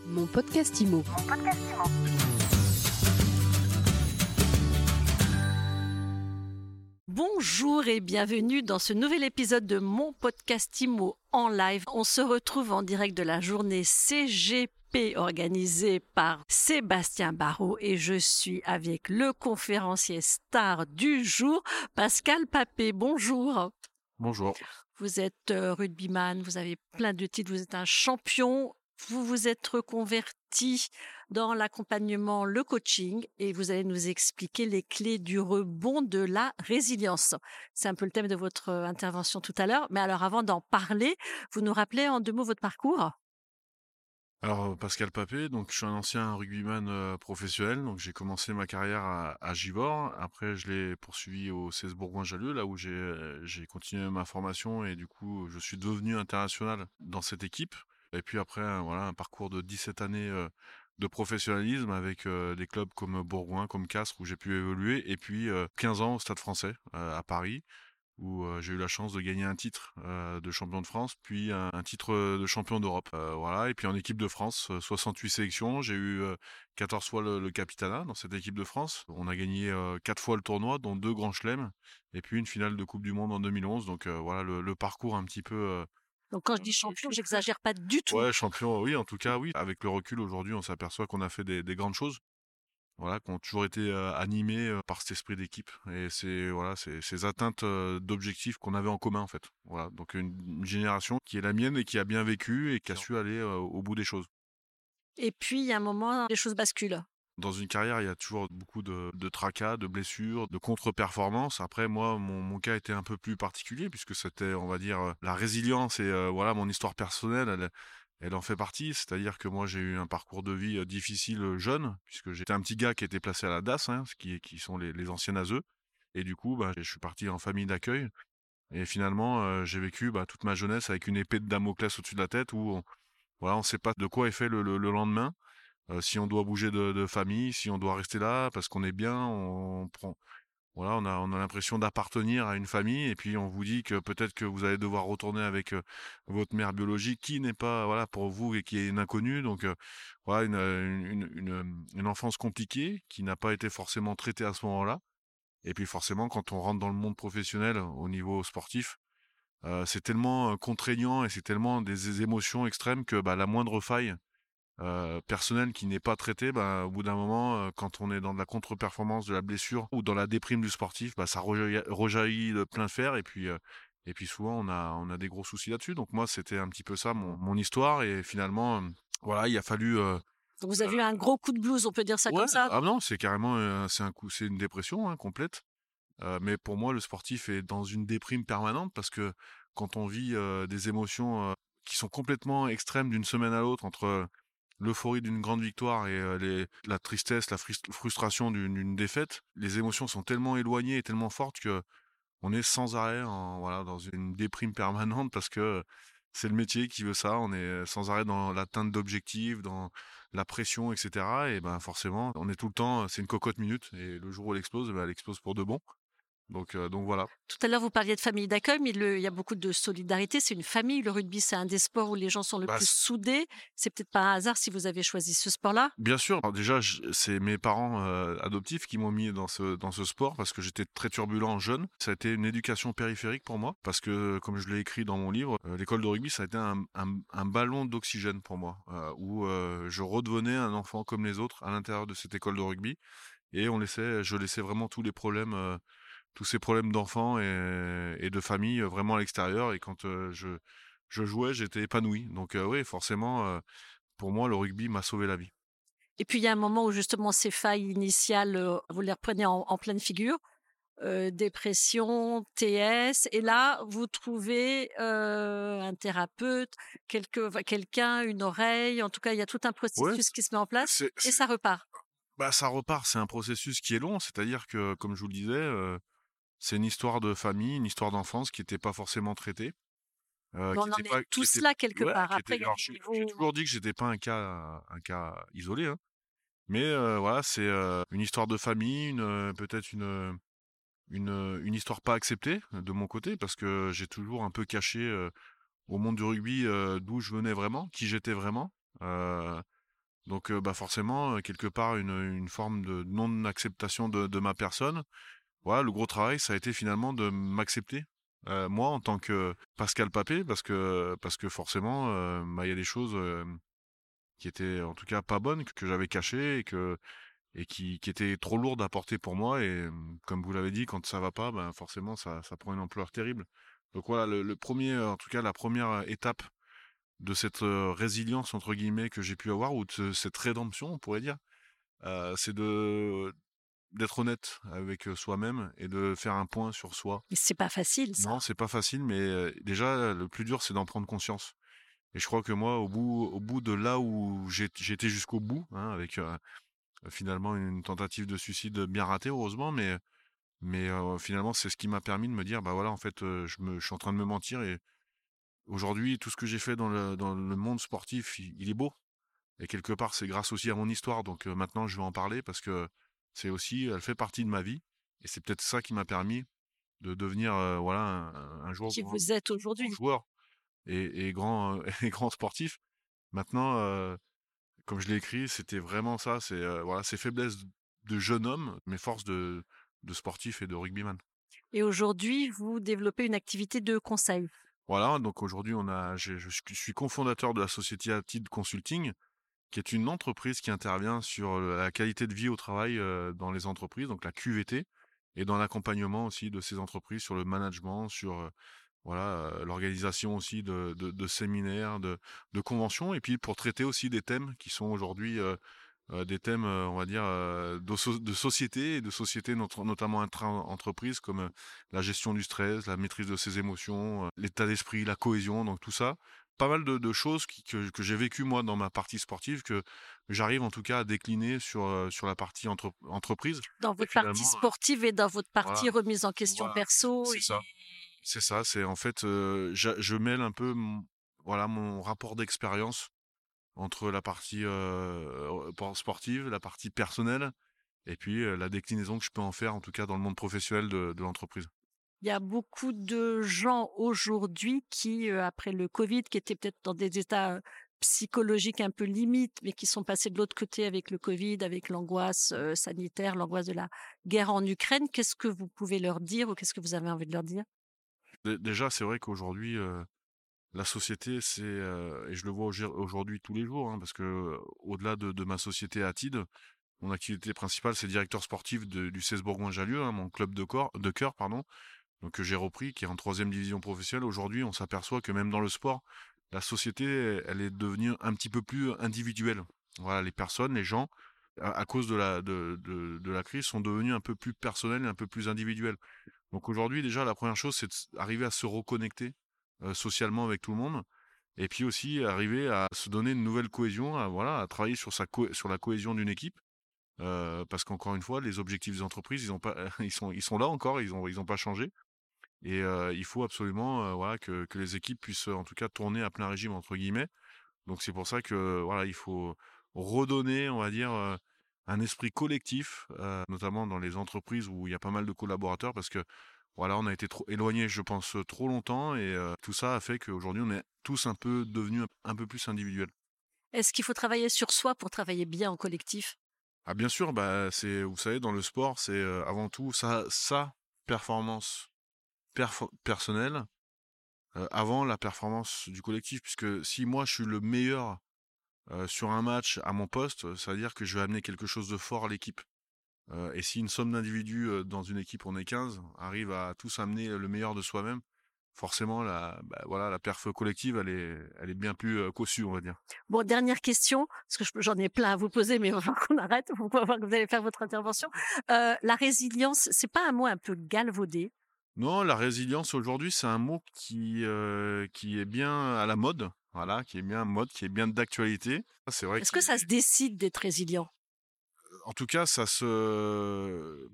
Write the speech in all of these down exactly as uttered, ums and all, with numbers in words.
Mon podcast Imo. Mon podcast Imo. Bonjour et bienvenue dans ce nouvel épisode de Mon podcast Imo en live. On se retrouve en direct de la journée C G P organisée par Sébastien Barrault et je suis avec le conférencier star du jour, Pascal Papé. Bonjour. Bonjour. Vous êtes euh, rugbyman, vous avez plein de titres, vous êtes un champion. Vous vous êtes reconverti dans l'accompagnement, le coaching et vous allez nous expliquer les clés du rebond de la résilience. C'est un peu le thème de votre intervention tout à l'heure. Mais alors avant d'en parler, vous nous rappelez en deux mots votre parcours ? Alors Pascal Papé, donc je suis un ancien rugbyman euh, professionnel, donc j'ai commencé ma carrière à, à Givors. Après je l'ai poursuivi au C S Bourgoin-Jallieu, là où j'ai j'ai continué ma formation et du coup je suis devenu international dans cette équipe. Et puis après euh, voilà un parcours de dix-sept années euh, de professionnalisme avec euh, des clubs comme Bourgoin, comme Castres où j'ai pu évoluer, et puis euh, quinze ans au Stade Français euh, à Paris, où euh, j'ai eu la chance de gagner un titre euh, de champion de France, puis un, un titre de champion d'Europe. Euh, voilà, et puis en équipe de France, euh, soixante-huit sélections. J'ai eu euh, quatorze fois le, le capitanat dans cette équipe de France. On a gagné euh, quatre fois le tournoi, dont deux grands chelems, et puis une finale de Coupe du Monde en deux mille onze. Donc euh, voilà le, le parcours un petit peu... Euh, Donc quand je dis champion, j'exagère pas du tout. Ouais, champion, oui, en tout cas, oui. Avec le recul, aujourd'hui, on s'aperçoit qu'on a fait des, des grandes choses. Voilà, qui ont toujours été euh, animés euh, par cet esprit d'équipe, et c'est voilà, c'est ces atteintes euh, d'objectifs qu'on avait en commun en fait. Voilà, donc une, une génération qui est la mienne et qui a bien vécu et qui a su aller euh, au bout des choses. Et puis il y a un moment, les choses basculent. Dans une carrière, il y a toujours beaucoup de, de tracas, de blessures, de contre-performances. Après, moi, mon, mon cas était un peu plus particulier puisque c'était, on va dire, euh, la résilience et euh, voilà, mon histoire personnelle. Elle, Elle en fait partie, c'est-à-dire que moi j'ai eu un parcours de vie euh, difficile euh, jeune, puisque j'étais un petit gars qui était placé à la D A S, hein, ce qui, qui sont les, les anciennes A S E, et du coup bah, je suis parti en famille d'accueil, et finalement euh, j'ai vécu bah, toute ma jeunesse avec une épée de Damoclès au-dessus de la tête, où on, voilà, on sait pas de quoi est fait le, le, le lendemain, euh, si on doit bouger de, de famille, si on doit rester là parce qu'on est bien, on prend... Voilà, on a, on a l'impression d'appartenir à une famille, et puis on vous dit que peut-être que vous allez devoir retourner avec euh, votre mère biologique qui n'est pas, voilà, pour vous et qui est une inconnue. Donc euh, voilà, une, une, une, une enfance compliquée qui n'a pas été forcément traitée à ce moment-là. Et puis forcément, quand on rentre dans le monde professionnel au niveau sportif, euh, c'est tellement euh, contraignant et c'est tellement des, des émotions extrêmes que bah, la moindre faille euh, personnel qui n'est pas traité, bah, au bout d'un moment, euh, quand on est dans de la contre-performance, de la blessure ou dans la déprime du sportif, bah, ça rejaillit, rejaillit de plein fer, et puis euh, et puis souvent on a on a des gros soucis là-dessus. Donc moi c'était un petit peu ça mon, mon histoire, et finalement euh, voilà, il a fallu euh, Donc vous avez eu un gros coup de blues, on peut dire ça ouais, comme ça ? ah non, c'est carrément euh, c'est un coup, c'est une dépression hein, complète. Euh, mais pour moi le sportif est dans une déprime permanente parce que quand on vit euh, des émotions euh, qui sont complètement extrêmes d'une semaine à l'autre, entre l'euphorie d'une grande victoire et euh, les, la tristesse, la frust- frustration d'une, d'une défaite, les émotions sont tellement éloignées et tellement fortes que on est sans arrêt en, voilà, dans une déprime permanente parce que c'est le métier qui veut ça. On est sans arrêt dans l'atteinte d'objectifs, dans la pression, et cetera. Et ben forcément, on est tout le temps, c'est une cocotte minute, et le jour où elle explose, ben, elle explose pour de bon. Donc, euh, donc voilà. Tout à l'heure, vous parliez de famille d'accueil, mais le, il y a beaucoup de solidarité. C'est une famille. Le rugby, c'est un des sports où les gens sont le Bah, plus c'est- soudés. C'est peut-être pas un hasard si vous avez choisi ce sport-là. Bien sûr. Alors déjà, je- c'est mes parents euh, adoptifs qui m'ont mis dans ce dans ce sport parce que j'étais très turbulent jeune. Ça a été une éducation périphérique pour moi parce que, comme je l'ai écrit dans mon livre, euh, l'école de rugby, ça a été un, un, un ballon d'oxygène pour moi, euh, où euh, je redevenais un enfant comme les autres à l'intérieur de cette école de rugby, et on laissait, je laissais vraiment tous les problèmes, euh, tous ces problèmes d'enfants et, et de famille euh, vraiment à l'extérieur. Et quand euh, je je jouais, j'étais épanoui. Donc euh, oui, forcément, euh, pour moi, le rugby m'a sauvé la vie. Et puis, il y a un moment où justement ces failles initiales, euh, vous les reprenez en, en pleine figure. Euh, dépression, T S. Et là, vous trouvez euh, un thérapeute, quelque, enfin, quelqu'un, une oreille. En tout cas, il y a tout un Ouais, processus qui se met en place c'est, et c'est- ça repart. bah ça repart. C'est un processus qui est long. C'est-à-dire que, comme je vous le disais, euh, c'est une histoire de famille, une histoire d'enfance qui n'était pas forcément traitée, euh, Mais qui on en était est pas, qui tous était, là quelque ouais, part. qui Après, était. il y a Alors, des j'ai j'ai niveaux. toujours dit que j'étais pas un cas, un cas isolé, hein. Mais euh, voilà, c'est euh, une histoire de famille, une euh, peut-être une une une histoire pas acceptée euh, de mon côté parce que j'ai toujours un peu caché euh, au monde du rugby euh, d'où je venais vraiment, qui j'étais vraiment. Euh, Donc, heu, bah, forcément, heu, quelque part une, une forme de non-acceptation de de ma personne. Voilà, le gros travail, ça a été finalement de m'accepter, heu, moi en tant que Pascal Papé parce que parce que forcément, heu, bah, il y a des choses, hem, qui étaient en tout cas pas bonnes, que que j'avais cachées et que et qui qui étaient trop lourdes à porter pour moi et hem, comme vous l'avez dit, quand ça va pas, ben, forcément ça ça prend une ampleur terrible. Donc voilà, le le premier, en tout cas la première étape de cette, heu, «résilience» entre guillemets que j'ai pu avoir ou de ce cette rédemption, on pourrait dire, heu, c'est de d'être honnête avec, heu, soi-même et de faire un point sur soi. Mais c'est pas facile ça. Non, c'est pas facile, mais, heu, déjà, le plus dur, c'est d'en prendre conscience et je crois que moi, au bout au bout de là où j'ai j'étais jusqu'au bout, hein, avec, heu, finalement une tentative de suicide bien ratée heureusement, mais mais, heu, finalement, c'est ce qui m'a permis de me dire: «Bah, voilà, en fait, heu, je me je suis en train de me mentir et aujourd'hui, tout ce que j'ai fait dans le dans le monde sportif, il il est beau et quelque part, c'est grâce aussi à mon histoire donc, heu, maintenant je vais en parler parce que c'est aussi elle fait partie de ma vie et c'est peut-être ça qui m'a permis de devenir, heu, voilà, un un jour Qui grand vous êtes grand aujourd'hui. joueur et et grand, heu et grand sportif. Maintenant, heu, comme je l'ai écrit, c'était vraiment ça, c'est, heu, voilà, ces faiblesses de jeune homme, mais force de de sportif et de rugbyman. Et aujourd'hui, vous développez une activité de conseil. Voilà, donc aujourd'hui, on a j'ai je suis je suis cofondateur de la société Altid Consulting, qui est une entreprise qui intervient sur, heu, la qualité de vie au travail, heu, dans les entreprises, donc la Q V T et dans l'accompagnement aussi de ces entreprises sur le management, sur, heu, voilà, heu, l'organisation aussi de de de séminaires, de de conventions et puis pour traiter aussi des thèmes qui sont aujourd'hui, heu heu, des thèmes, heu, on va dire, heu, de soc de société et de société notre notamment intra-entreprise comme, heu, la gestion du stress, la maîtrise de ses émotions, heu, l'état d'esprit, la cohésion, donc tout ça. Pas mal de de choses qui que que j'ai vécues moi dans ma partie sportive que j'arrive en tout cas à décliner sur, heu, sur la partie entre entreprise Dans et votre partie finalement, heu, sportive et dans votre voilà, partie remise en question voilà, perso c'est et ça. C'est ça, c'est en fait, heu, je je mêle un peu mon voilà, mon rapport d'expérience entre la partie, heu, por sportive, la partie personnelle et puis, heu, la déclinaison que je peux en faire, en tout cas dans le monde professionnel de de l'entreprise. il y a beaucoup de gens aujourd'hui qui, heu, après le covid, qui étaient peut-être dans des états, heu, psychologiques un peu limites, mais qui sont passés de l'autre côté avec le covid, avec l'angoisse, heu, sanitaire, l'angoisse de la guerre en Ukraine. Qu'est-ce que vous pouvez leur dire ou qu'est-ce que vous avez envie de leur dire? Dé déjà, c'est vrai qu'aujourd'hui, heu, la société, c'est, heu et je le vois aujour aujourd'hui tous les jours, hein, parce que, heu, au-delà de de ma société Atid, mon activité principale, c'est directeur sportif de du C S Bourgoin-Jallieu, hein, mon club de corps de cœur, pardon. Donc que j'ai repris, qui est en troisième division professionnelle. Aujourd'hui, on s'aperçoit que même dans le sport, la société, elle est devenue un petit peu plus individuelle. Voilà, les personnes, les gens, à, à cause de la de, de, de la crise, sont devenus un peu plus personnels et un peu plus individuels. Donc aujourd'hui, déjà, la première chose, c'est d'arriver à se reconnecter euh, socialement avec tout le monde. Et puis aussi arriver à se donner une nouvelle cohésion, à, voilà, à travailler sur, sa co- sur la cohésion d'une équipe. Euh, parce qu'encore une fois, les objectifs des entreprises, ils ont pas, ils sont, ils sont là encore, ils ont, ils ont pas changé. Et heu, il faut absolument, heu, voilà, que que les équipes puissent, heu, en tout cas «tourner à plein régime» entre guillemets. Donc c'est pour ça que, voilà, il faut redonner, on va dire, heu, un esprit collectif, heu, notamment dans les entreprises où il y a pas mal de collaborateurs parce que, voilà, on a été trop éloignés, je pense, heu, trop longtemps et heu, tout ça a fait qu'aujourd'hui on est tous un peu devenus un un peu plus individuels. Est-ce qu'il faut travailler sur soi pour travailler bien en collectif? Ah bien sûr, bah, c'est vous savez dans le sport, c'est, heu, avant tout sa sa performance perfo personnelle. Heu, avant la performance du collectif, puisque si moi je suis le meilleur, heu, sur un match à mon poste, heu, ça veut dire que je vais amener quelque chose de fort à l'équipe. Heu, et si une somme d'individus, heu, dans une équipe, on est quinze, arrive à tous amener, le meilleur de soi-même, forcément la bah, voilà, la perf collective, elle est elle est bien plus, heu, cossue, on va dire. Bon, dernière question, parce que je j'en ai plein à vous poser, mais il va falloir qu'on arrête pour pouvoir voir que vous allez faire votre intervention. Heu, la résilience, c'est pas un mot un peu galvaudé? Non, la résilience aujourd'hui, c'est un mot qui, heu, qui est bien à la mode, voilà, qui est bien mode, qui est bien d'actualité. C'est vrai Est-ce que qu'il ça se décide d'être résilient? en tout cas, ça se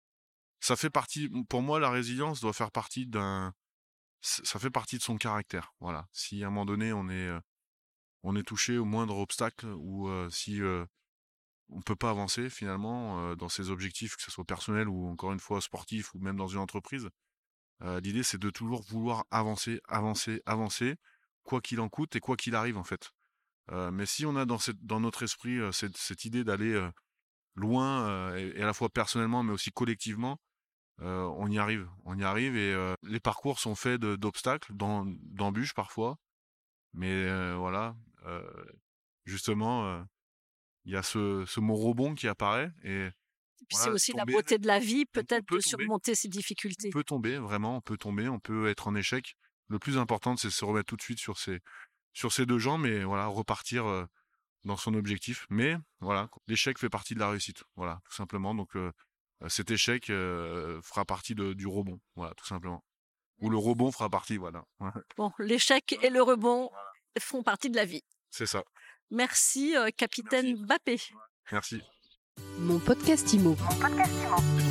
Ça fait partie pour moi, la résilience doit faire partie d'un ç ça fait partie de son caractère, voilà. Si à un moment donné, on est, heu, on est touché au moindre obstacle ou, heu, si, heu, on peut pas avancer finalement, heu, dans ses objectifs, que ce soit personnel ou encore une fois sportif ou même dans une entreprise, heu, l'idée c'est de toujours vouloir avancer, avancer, avancer, quoi qu'il en coûte et quoi qu'il arrive en fait. Euh, mais si on a dans, cette, dans notre esprit euh, cette, cette idée d'aller euh, loin, euh, et, et à la fois personnellement, mais aussi collectivement, euh, on y arrive. On y arrive et euh, les parcours sont faits de- d'obstacles, d'em- d'embûches parfois. Mais euh, voilà, euh, justement, euh, il y a ce, ce mot rebond qui apparaît et Et puis c'est voilà, aussi la tomber, beauté de la vie, on, on peut-être peut de tomber, surmonter ces on difficultés. peut tomber, vraiment, on peut tomber, on peut être en échec. Le plus important, c'est de se remettre tout de suite sur ses, sur ses deux jambes et voilà, repartir euh, dans son objectif. Mais voilà, l'échec fait partie de la réussite, voilà, tout simplement. Donc euh, cet échec euh, fera partie de, du rebond, voilà, tout simplement. Ou le rebond fera partie, voilà. Bon, l'échec et le rebond font partie de la vie. C'est ça. Merci, euh, capitaine Merci. Bappé. Merci. Mon podcast Imo. Mon podcast Imo.